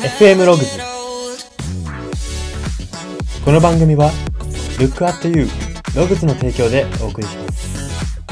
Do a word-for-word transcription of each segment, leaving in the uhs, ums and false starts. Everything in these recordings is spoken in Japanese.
エフエム ログズ。この番組は Look at You ログズの提供でお送りします。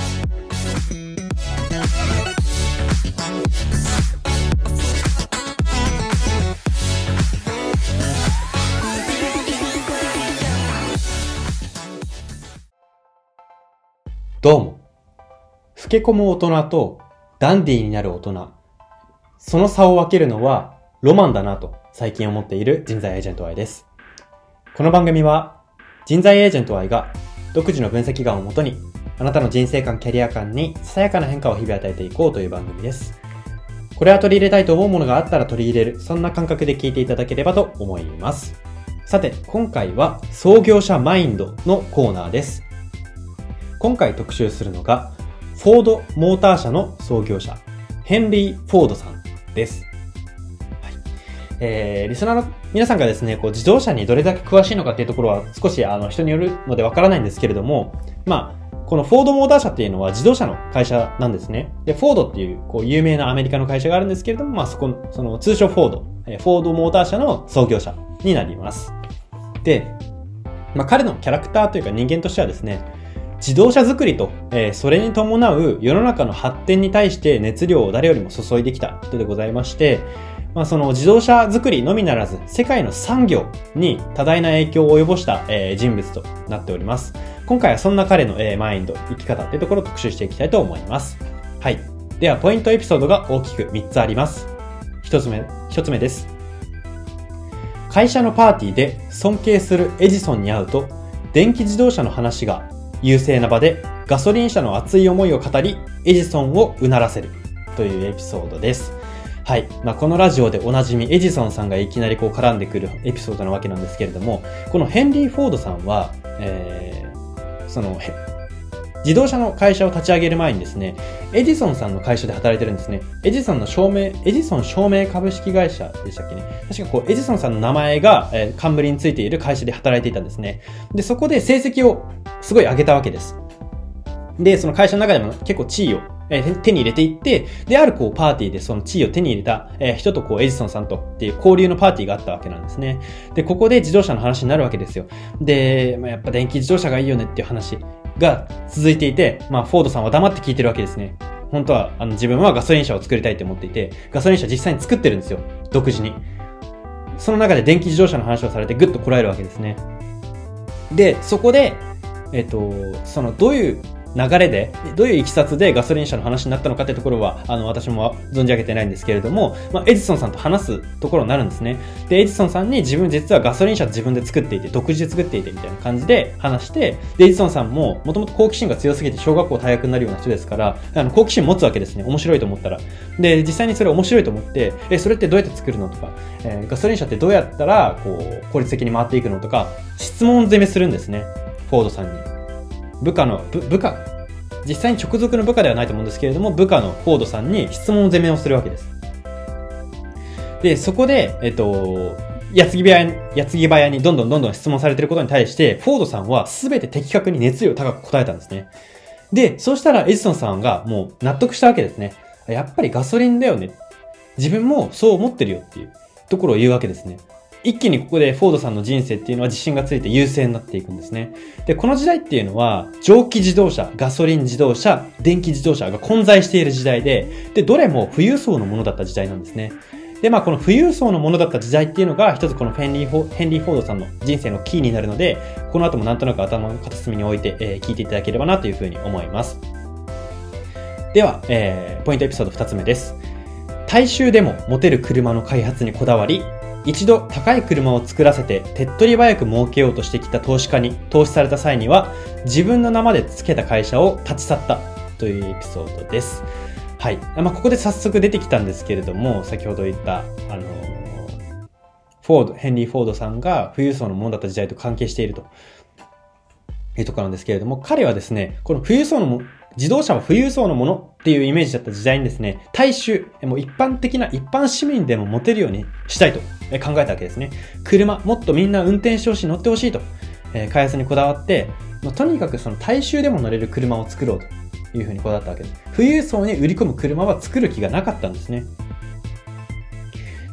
どうも。老け込む大人とダンディーになる大人。その差を分けるのはロマンだなと最近思っている人材エージェント Y です。この番組は人材エージェント Y が独自の分析眼をもとにあなたの人生観、キャリア観にささやかな変化を日々与えていこうという番組です。これは取り入れたいと思うものがあったら取り入れる、そんな感覚で聞いていただければと思います。さて、今回は創業者マインドのコーナーです。今回特集するのがフォードモーター社の創業者ヘンリー・フォードさんです。はい、えー、リスナーの皆さんがですね、こう自動車にどれだけ詳しいのかっていうところは少しあの人によるのでわからないんですけれども、まあこのフォードモーター社っていうのは自動車の会社なんですね。で、フォードっていうこう有名なアメリカの会社があるんですけれども、まあそこその通称フォード、フォードモーター社の創業者になります。で、まあ彼のキャラクターというか人間としてはですね。自動車作りと、えー、それに伴う世の中の発展に対して熱量を誰よりも注いできた人でございまして、まあ、その自動車作りのみならず世界の産業に多大な影響を及ぼした、えー、人物となっております。今回はそんな彼の、えー、マインド、生き方というところを特集していきたいと思います。はい。ではポイントエピソードが大きくみっつあります。一つ目、一つ目です。会社のパーティーで尊敬するエジソンに会うと電気自動車の話が優勢な場でガソリン車の熱い思いを語りエジソンをうならせるというエピソードです。はい。まあ、このラジオでおなじみエジソンさんがいきなりこう絡んでくるエピソードなわけなんですけれども、このヘンリー・フォードさんは、えー、その自動車の会社を立ち上げる前にですね、エジソンさんの会社で働いてるんですね。エジソンの証明、エジソン証明株式会社でしたっけね。確かこう、エジソンさんの名前が、えー、冠についている会社で働いていたんですね。で、そこで成績をすごい上げたわけです。で、その会社の中でも結構地位を、えー、手に入れていって、で、あるこう、パーティーでその地位を手に入れた、えー、人とこう、エジソンさんとっていう交流のパーティーがあったわけなんですね。で、ここで自動車の話になるわけですよ。で、まあ、やっぱ電気自動車がいいよねっていう話が続いていて、まあ、フォードさんは黙って聞いてるわけですね。本当は、あの、自分はガソリン車を作りたいと思っていて、ガソリン車実際に作ってるんですよ。独自に。その中で電気自動車の話をされてぐっとこらえるわけですね。で、そこで、えっと、その、どういう流れで、どういういきさつでガソリン車の話になったのかってところは、あの、私も存じ上げてないんですけれども、まあ、エジソンさんと話すところになるんですね。で、エジソンさんに自分実はガソリン車自分で作っていて、独自で作っていてみたいな感じで話して、で、エジソンさんももともと好奇心が強すぎて小学校退学になるような人ですから、あの、好奇心持つわけですね。面白いと思ったら。で、実際にそれ面白いと思って、え、それってどうやって作るのとか、えー、ガソリン車ってどうやったら、こう、効率的に回っていくのとか、質問攻めするんですね。フォードさんに。部下の、部、部下、実際に直属の部下ではないと思うんですけれども、部下のフォードさんに質問攻めをするわけです。で、そこで、えっと、矢継ぎ早に、矢継ぎ早にどんどんどんどん質問されていることに対して、フォードさんは全て的確に熱量高く答えたんですね。で、そうしたらエジソンさんがもう納得したわけですね。やっぱりガソリンだよね。自分もそう思ってるよっていうところを言うわけですね。一気にここでフォードさんの人生っていうのは自信がついて優勢になっていくんですね。で、この時代っていうのは蒸気自動車、ガソリン自動車、電気自動車が混在している時代で、で、どれも富裕層のものだった時代なんですね。で、まあこの富裕層のものだった時代っていうのが一つこのヘンリー・フォードさんの人生のキーになるので、この後もなんとなく頭の片隅に置いて、えー、聞いていただければなというふうに思います。では、えー、ポイントエピソード二つ目です。大衆でも持てる車の開発にこだわり、一度高い車を作らせて手っ取り早く儲けようとしてきた投資家に投資された際には自分の名まで付けた会社を立ち去ったというエピソードです。はい。まあ、ここで早速出てきたんですけれども、先ほど言った、あのー、フォード、ヘンリー・フォードさんが富裕層のものだった時代と関係しているというところなんですけれども、彼はですね、この富裕層のも自動車は富裕層のものっていうイメージだった時代にですね、大衆、もう一般的な一般市民でも持てるようにしたいと考えたわけですね。車、もっとみんな運転してほしい、乗ってほしいと、えー、開発にこだわって、まあ、とにかくその大衆でも乗れる車を作ろうというふうにこだわったわけです。富裕層に売り込む車は作る気がなかったんですね。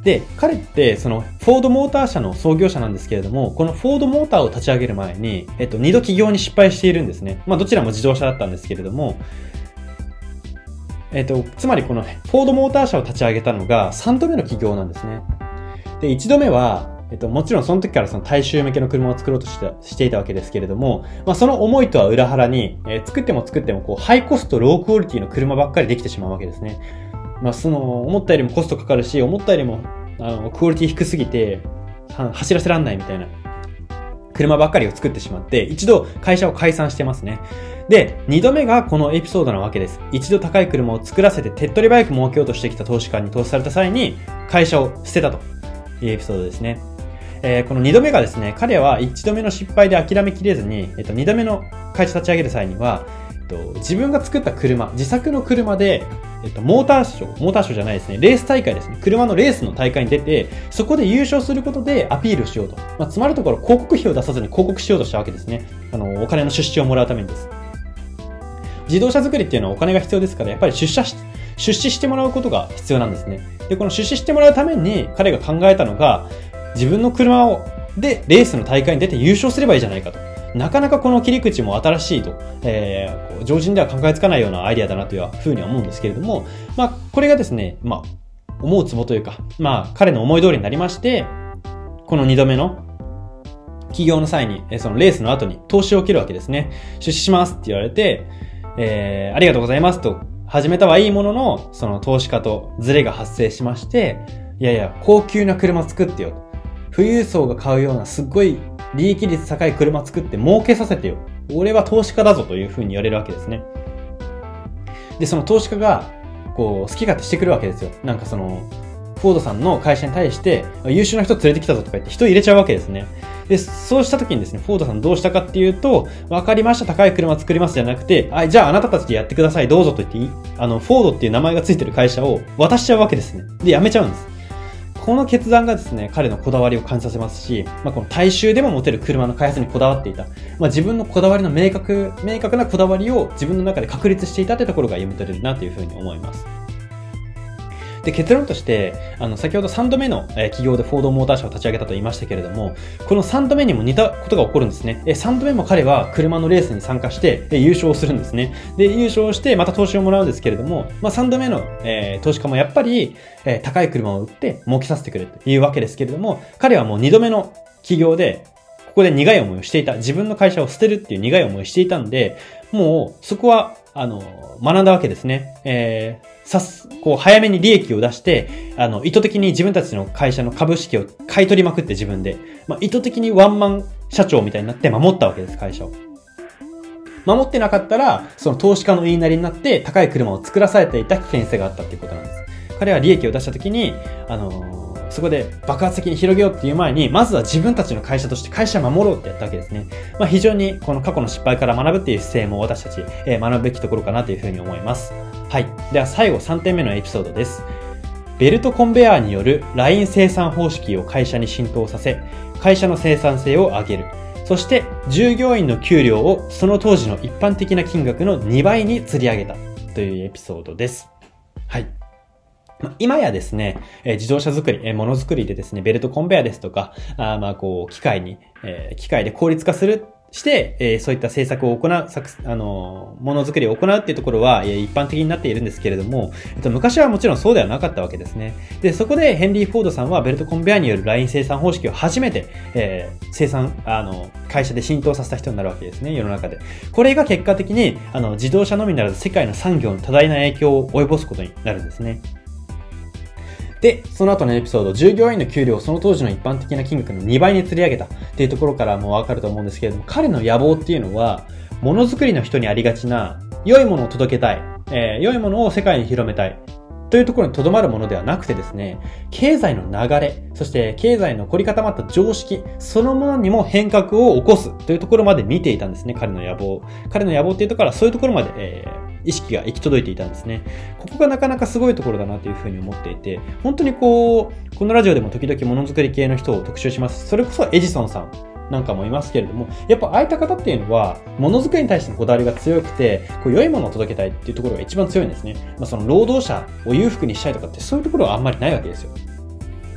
で、彼ってそのフォードモーター社の創業者なんですけれども、このフォードモーターを立ち上げる前に、えっと、二度起業に失敗しているんですね。まあ、どちらも自動車だったんですけれども、えっと、つまりこのフォードモーター社を立ち上げたのがさんどめの起業なんですね。で、いちどめは、えっと、もちろんその時からその大衆向けの車を作ろうとしてしていたわけですけれども、まあ、その思いとは裏腹に、えー、作っても作ってもこう、ハイコスト、ロークオリティの車ばっかりできてしまうわけですね。まあ、その、思ったよりもコストかかるし、思ったよりも、あの、クオリティ低すぎて、は走らせらんないみたいな、車ばっかりを作ってしまって、一度会社を解散してますね。で、二度目がこのエピソードなわけです。一度高い車を作らせて手っ取り早く儲けようとしてきた投資家に投資された際に、会社を捨てたというエピソードですね。えー、この二度目がですね、彼は一度目の失敗で諦めきれずに、えっと、二度目の会社立ち上げる際には、えっと、自分が作った車、自作の車で、えっと、モーターショー、モーターショーじゃないですね、レース大会ですね、車のレースの大会に出て、そこで優勝することでアピールしようと。まあ、つまるところ広告費を出さずに広告しようとしたわけですね。あの、お金の出資をもらうためにです。自動車作りっていうのはお金が必要ですから、やっぱり出社し、出資してもらうことが必要なんですね。で、この出資してもらうために彼が考えたのが、自分の車を、で、レースの大会に出て優勝すればいいじゃないかと。なかなかこの切り口も新しいと、えー、常人では考えつかないようなアイデアだなというふうには思うんですけれども、まあ、これがですね、まあ、思うツボというか、まあ、彼の思い通りになりまして、この二度目の起業の際に、そのレースの後に投資を切るわけですね。出資しますって言われて、えー、ありがとうございますと始めたはいいものの、その投資家とズレが発生しまして、いやいや、高級な車作ってよと。富裕層が買うようなすっごい利益率高い車作って儲けさせてよ。俺は投資家だぞというふうに言われるわけですね。で、その投資家が、こう、好き勝手してくるわけですよ。なんかその、フォードさんの会社に対して、優秀な人連れてきたぞとか言って人入れちゃうわけですね。で、そうした時にですね、フォードさんどうしたかっていうと、わかりました、高い車作りますじゃなくて、あ、じゃああなたたちでやってください、どうぞと言っていい、あの、フォードっていう名前がついてる会社を渡しちゃうわけですね。で、辞めちゃうんです。この決断がですね、彼のこだわりを感じさせますし、まあ、この大衆でも持てる車の開発にこだわっていた。まあ、自分のこだわりの明確、明確なこだわりを自分の中で確立していたというところが読み取れるなというふうに思います。で、結論として、あの、先ほどさんどめの、えー、起業でフォードモーター社を立ち上げたと言いましたけれども、このさんどめにも似たことが起こるんですね。えー、さんどめも彼は車のレースに参加して、えー、優勝するんですね。で、優勝してまた投資をもらうんですけれども、まあ、さんどめの、えー、投資家もやっぱり、えー、高い車を売って儲けさせてくれるというわけですけれども、彼はもうにどめの起業で、ここで苦い思いをしていた。自分の会社を捨てるっていう苦い思いをしていたんで、もうそこは、あの、学んだわけですね。えーさす、こう、早めに利益を出して、あの、意図的に自分たちの会社の株式を買い取りまくって自分で、まあ、意図的にワンマン社長みたいになって守ったわけです、会社を。守ってなかったら、その投資家の言いなりになって、高い車を作らされていた危険性があったっていうことなんです。彼は利益を出した時に、あのー、そこで爆発的に広げようっていう前に、まずは自分たちの会社として会社を守ろうってやったわけですね。まあ、非常にこの過去の失敗から学ぶっていう姿勢も私たち、えー、学ぶべきところかなというふうに思います。はい。では最後さんてんめのエピソードです。ベルトコンベヤーによるライン生産方式を会社に浸透させ、会社の生産性を上げる。そして従業員の給料をその当時の一般的な金額のにばいに釣り上げたというエピソードです。はい。今やですね、えー、自動車作り、えー、ものづくりでですね、ベルトコンベヤーですとか、あまあこう、機械に、えー、機械で効率化する、して、えー、そういった政策を行う、あのー、ものづくりを行うっていうところは、えー、一般的になっているんですけれども、えっと、昔はもちろんそうではなかったわけですね。で、そこでヘンリー・フォードさんはベルトコンベヤーによるライン生産方式を初めて、えー、生産、あの、会社で浸透させた人になるわけですね、世の中で。これが結果的に、あの、自動車のみならず世界の産業に多大な影響を及ぼすことになるんですね。で、その後のエピソード、従業員の給料をその当時の一般的な金額のにばいに釣り上げたっていうところからもわかると思うんですけれども、彼の野望っていうのは、ものづくりの人にありがちな、良いものを届けたい、えー、良いものを世界に広めたい、というところに留まるものではなくてですね、経済の流れ、そして経済の凝り固まった常識、そのものにも変革を起こすというところまで見ていたんですね、彼の野望。彼の野望っていうところはそういうところまで、えー意識が行き届いていたんですね。ここがなかなかすごいところだなというふうに思っていて、本当にこう、このラジオでも時々ものづくり系の人を特集します。それこそエジソンさんなんかもいますけれども、やっぱああいった方っていうのは、ものづくりに対してのこだわりが強くて、こう良いものを届けたいっていうところが一番強いんですね。まあその労働者を裕福にしたいとかってそういうところはあんまりないわけですよ。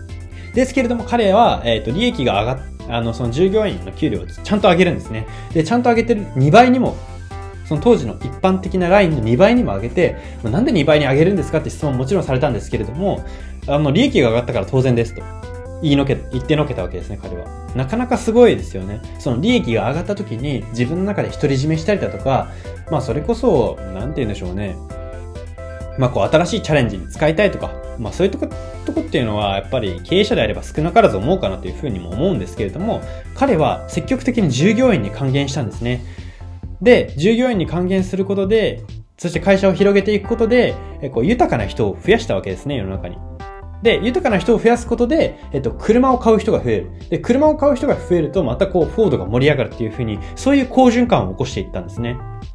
ですけれども彼は、えっと、利益が上がっ、あの、その従業員の給料をちゃんと上げるんですね。で、ちゃんと上げてるにばいにも、その当時の一般的なラインのにばいにも上げて、なんでにばいに上げるんですかって質問ももちろんされたんですけれども、あの、利益が上がったから当然ですと。言いのけ、言ってのけたわけですね、彼は。なかなかすごいですよね。その利益が上がった時に自分の中で独り占めしたりだとか、まあそれこそ、なんて言うんでしょうね。まあこう新しいチャレンジに使いたいとか、まあそういうとこ、とこっていうのはやっぱり経営者であれば少なからず思うかなというふうにも思うんですけれども、彼は積極的に従業員に還元したんですね。で、従業員に還元することで、そして会社を広げていくことで、えこう豊かな人を増やしたわけですね、世の中に。で、豊かな人を増やすことで、えっと、車を買う人が増える。で、車を買う人が増えると、またこう、フォードが盛り上がるっていうふうに、そういう好循環を起こしていったんですね。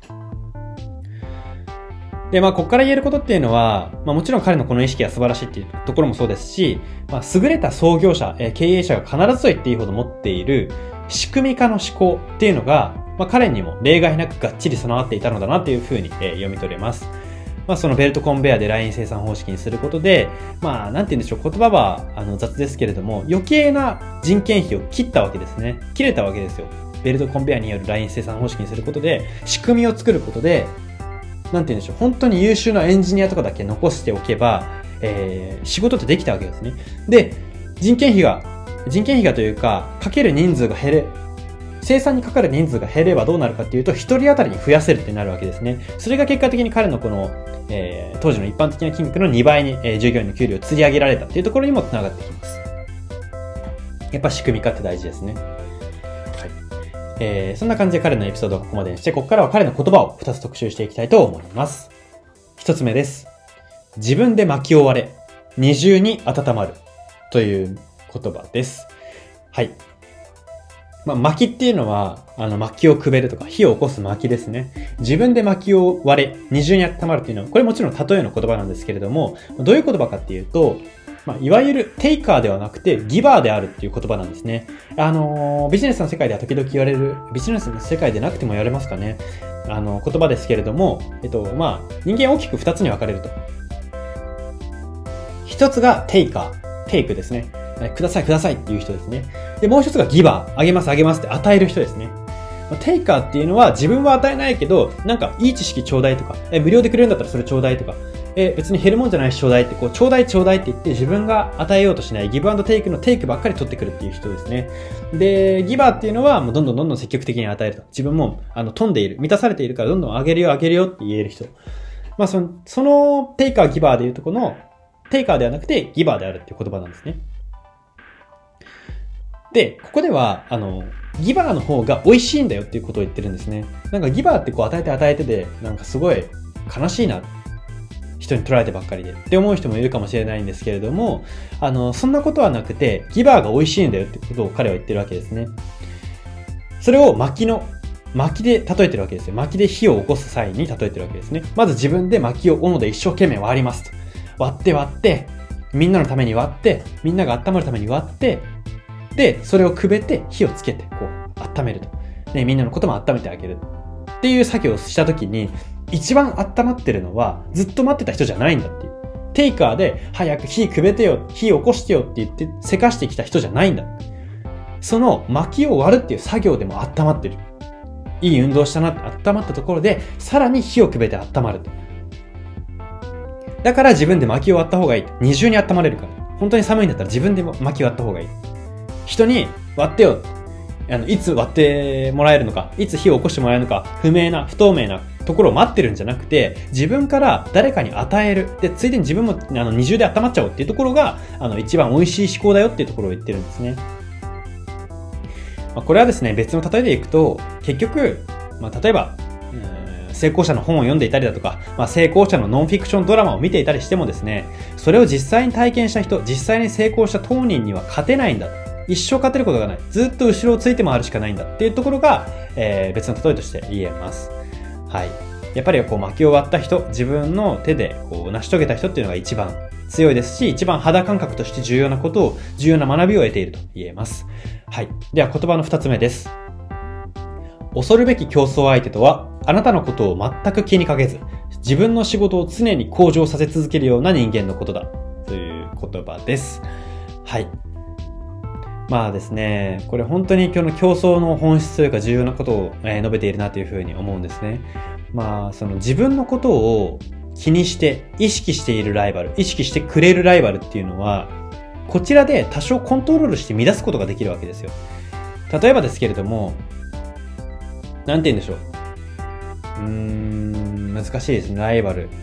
で、まあ、ここから言えることっていうのは、まあ、もちろん彼のこの意識は素晴らしいっていうところもそうですし、まあ、優れた創業者、えー、経営者が必ずと言っていいほど持っている仕組み化の思考っていうのが、まあ、彼にも例外なくがっちり備わっていたのだなっていうふうに、えー、読み取れます。まあ、そのベルトコンベヤーでライン生産方式にすることで、まあ、なんて言うんでしょう、言葉はあの雑ですけれども、余計な人件費を切ったわけですね。切れたわけですよ。ベルトコンベヤーによるライン生産方式にすることで、仕組みを作ることで、なんて言うんでしょう、本当に優秀なエンジニアとかだけ残しておけば、えー、仕事ってできたわけですね。で、人件費が、人件費がというか、かける人数が減れ、生産にかかる人数が減ればどうなるかっていうと、一人当たりに増やせるってなるわけですね。それが結果的に彼のこの、えー、当時の一般的な金額のにばいに、えー、従業員の給料を釣り上げられたっていうところにもつながってきます。やっぱ仕組み化って大事ですね。はい。えー、そんな感じで彼のエピソードはここまでにして、ここからは彼の言葉をふたつ特集していきたいと思います。ひとつめです。自分で薪を割れ、二重に温まるという言葉です。はい。まあ、薪っていうのは、あの、薪をくべるとか、火を起こす薪ですね。自分で薪を割れ、二重に温まるっていうのは、これもちろん例えの言葉なんですけれども、どういう言葉かっていうと、まあ、いわゆるテイカーではなくてギバーであるっていう言葉なんですね。あのー、ビジネスの世界では時々言われる、ビジネスの世界でなくても言われますかね。あの、言葉ですけれども、えっと、まあ、人間大きく二つに分かれると。一つがテイカー、テイクですね。くださいくださいっていう人ですね。で、もう一つがギバー、あげますあげますって与える人ですね。テイカーっていうのは自分は与えないけど、なんかいい知識ちょうだいとか、え、無料でくれるんだったらそれちょうだいとか、え、別に減るもんじゃないしちょうだいって、こう、ちょうだいちょうだいって言って自分が与えようとしないギブアンドテイクのテイクばっかり取ってくるっていう人ですね。で、ギバーっていうのはもうどんどんどんどん積極的に与えると。自分も、あの、飛んでいる、満たされているからどんどんあげるよあげるよって言える人。まあ、その、そのテイカーギバーでいうとこの、テイカーではなくてギバーであるっていう言葉なんですね。で、ここでは、あの、ギバーの方が美味しいんだよっていうことを言ってるんですね。なんかギバーってこう与えて与えてで、なんかすごい悲しいな。人に取られてばっかりでって思う人もいるかもしれないんですけれども、あの、そんなことはなくて、ギバーが美味しいんだよってことを彼は言ってるわけですね。それを薪の、薪で例えてるわけですよ。薪で火を起こす際に例えてるわけですね。まず自分で薪を斧で一生懸命割りますと。割って割って、みんなのために割って、みんなが温まるために割って、で、それをくべて火をつけて、こう、温めると。ね、みんなのことも温めてあげる。っていう作業をしたときに、一番温まってるのは、ずっと待ってた人じゃないんだっていう。テイカーで、早く火くべてよ、火起こしてよって言って、せかしてきた人じゃないんだ。その薪を割るっていう作業でも温まってる。いい運動したなって温まったところで、さらに火をくべて温まると。だから自分で薪を割った方がいい。二重に温まれるから。本当に寒いんだったら自分で薪割った方がいい。人に割ってよ。あの、いつ割ってもらえるのか、いつ火を起こしてもらえるのか、不明な、不透明なところを待ってるんじゃなくて、自分から誰かに与える。で、ついでに自分もあの二重で温まっちゃおうっていうところが、あの、一番美味しい思考だよっていうところを言ってるんですね。まあ、これはですね、別の例えでいくと、結局、まあ、例えば、成功者の本を読んでいたりだとか、まあ、成功者のノンフィクションドラマを見ていたりしてもですね、それを実際に体験した人、実際に成功した当人には勝てないんだ。一生勝てることがない。ずっと後ろをついて回るしかないんだっていうところが、えー、別の例えとして言えます。はい。やっぱりこう薪を割った人、自分の手でこう成し遂げた人っていうのが一番強いですし、一番肌感覚として重要なことを、重要な学びを得ていると言えます。はい。では言葉の二つ目です。恐るべき競争相手とは、あなたのことを全く気にかけず、自分の仕事を常に向上させ続けるような人間のことだ。という言葉です。はい。 まあですね、これ本当に今日の競争の本質というか重要なことを、えー述べているなというふうに思うんですね。まあ、その自分のことを気にして意識しているライバル、意識してくれるライバルっていうのは、こちらで多少コントロールして乱すことができるわけですよ。例えばですけれども、なんて言うんでしょう。うーん、難しいですね、ライバル。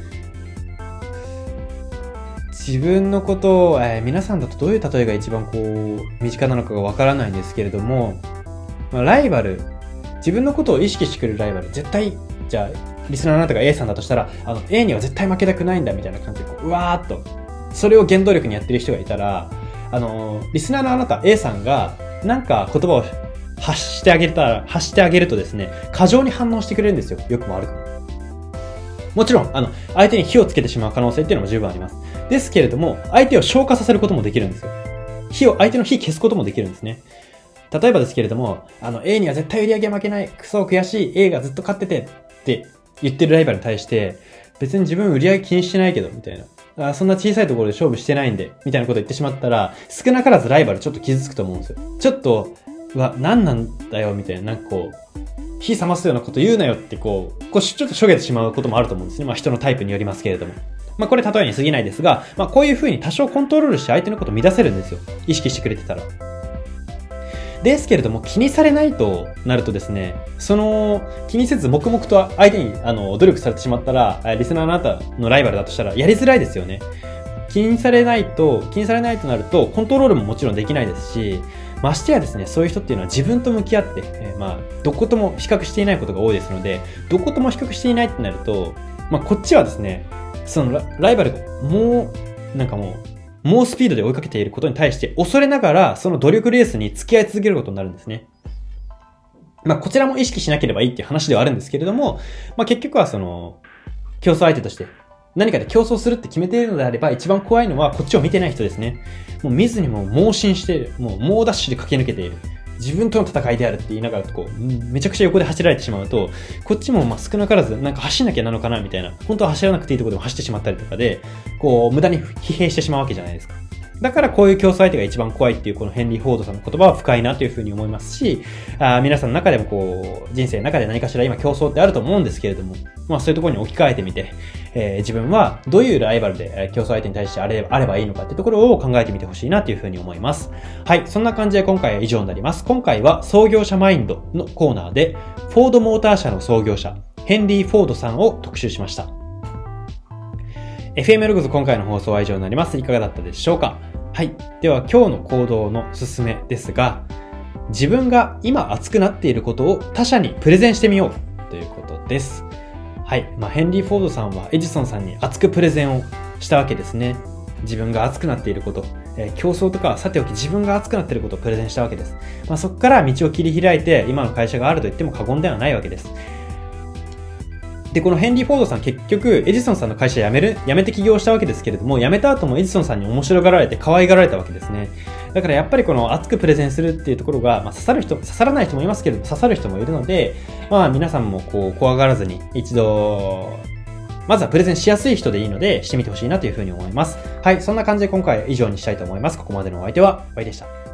自分のことを、えー皆さんだとどういう例えが一番こう、身近なのかがわからないんですけれども、まあ、ライバル、自分のことを意識してくれるライバル、絶対、じゃあ、リスナーのあなたが A さんだとしたら、あの、A には絶対負けたくないんだみたいな感じで、こう、うわーっと、それを原動力にやってる人がいたら、あの、リスナーのあなた A さんが、なんか言葉を発してあげたら、発してあげるとですね、過剰に反応してくれるんですよ。よくも悪くも。もちろん、あの、相手に火をつけてしまう可能性っていうのも十分あります。ですけれども、相手を消化させることもできるんですよ。火を、相手の火消すこともできるんですね。例えばですけれども、あの、A には絶対売り上げ負けない、クソ悔しい、A がずっと勝っててって言ってるライバルに対して、別に自分売り上げ気にしてないけど、みたいな。あ、そんな小さいところで勝負してないんで、みたいなこと言ってしまったら、少なからずライバルちょっと傷つくと思うんですよ。ちょっと、うわ、何なんだよ、みたいな、なんかこう、火冷ますようなこと言うなよってこう、こうちょっとしょげてしまうこともあると思うんですね。まあ人のタイプによりますけれども。まあこれ例えに過ぎないですが、まあこういう風に多少コントロールして相手のことを乱せるんですよ。意識してくれてたら。ですけれども気にされないとなるとですね、その気にせず黙々と相手にあの努力されてしまったら、リスナーのあなたのライバルだとしたらやりづらいですよね。気にされないと、気にされないとなるとコントロールももちろんできないですし、ましてやですね、そういう人っていうのは自分と向き合って、えー、まあ、どことも比較していないことが多いですので、どことも比較していないってなると、まあ、こっちはですね、そのラ、ライバルがもう、なんかもう、猛スピードで追いかけていることに対して恐れながら、その努力レースに付き合い続けることになるんですね。まあ、こちらも意識しなければいいっていう話ではあるんですけれども、まあ、結局はその、競争相手として、何かで競争するって決めているのであれば、一番怖いのはこっちを見てない人ですね。もう見ずにもう猛進している。もう猛ダッシュで駆け抜けている。自分との戦いであるって言いながら、こう、めちゃくちゃ横で走られてしまうと、こっちもまあ少なからず、なんか走んなきゃなのかなみたいな、本当は走らなくていいところでも走ってしまったりとかで、こう、無駄に疲弊してしまうわけじゃないですか。だからこういう競争相手が一番怖いっていうこのヘンリー・フォードさんの言葉は深いなというふうに思いますし、あ皆さんの中でもこう、人生の中で何かしら今競争ってあると思うんですけれども、まあそういうところに置き換えてみて、えー、自分はどういうライバルで競争相手に対してあれあればいいのかっていうところを考えてみてほしいなというふうに思います。はい、そんな感じで今回は以上になります。今回は創業者マインドのコーナーで、フォードモーター社の創業者、ヘンリー・フォードさんを特集しました。エフエム ログズ今回の放送は以上になります。いかがだったでしょうか？はい。では今日の行動の勧めですが、自分が今熱くなっていることを他者にプレゼンしてみようということです。はい。まあ、ヘンリー・フォードさんはエジソンさんに熱くプレゼンをしたわけですね。自分が熱くなっていること、えー、競争とかはさておき自分が熱くなっていることをプレゼンしたわけです。まあ、そこから道を切り開いて今の会社があると言っても過言ではないわけです。で、このヘンリー・フォードさん結局エジソンさんの会社辞める、辞めて起業したわけですけれども、辞めた後もエジソンさんに面白がられて可愛がられたわけですね。だからやっぱりこの熱くプレゼンするっていうところが、まあ、刺さる人、刺さらない人もいますけれども、刺さる人もいるので、まあ皆さんもこう怖がらずに一度、まずはプレゼンしやすい人でいいのでしてみてほしいなというふうに思います。はい、そんな感じで今回は以上にしたいと思います。ここまでのお相手は、ワイでした。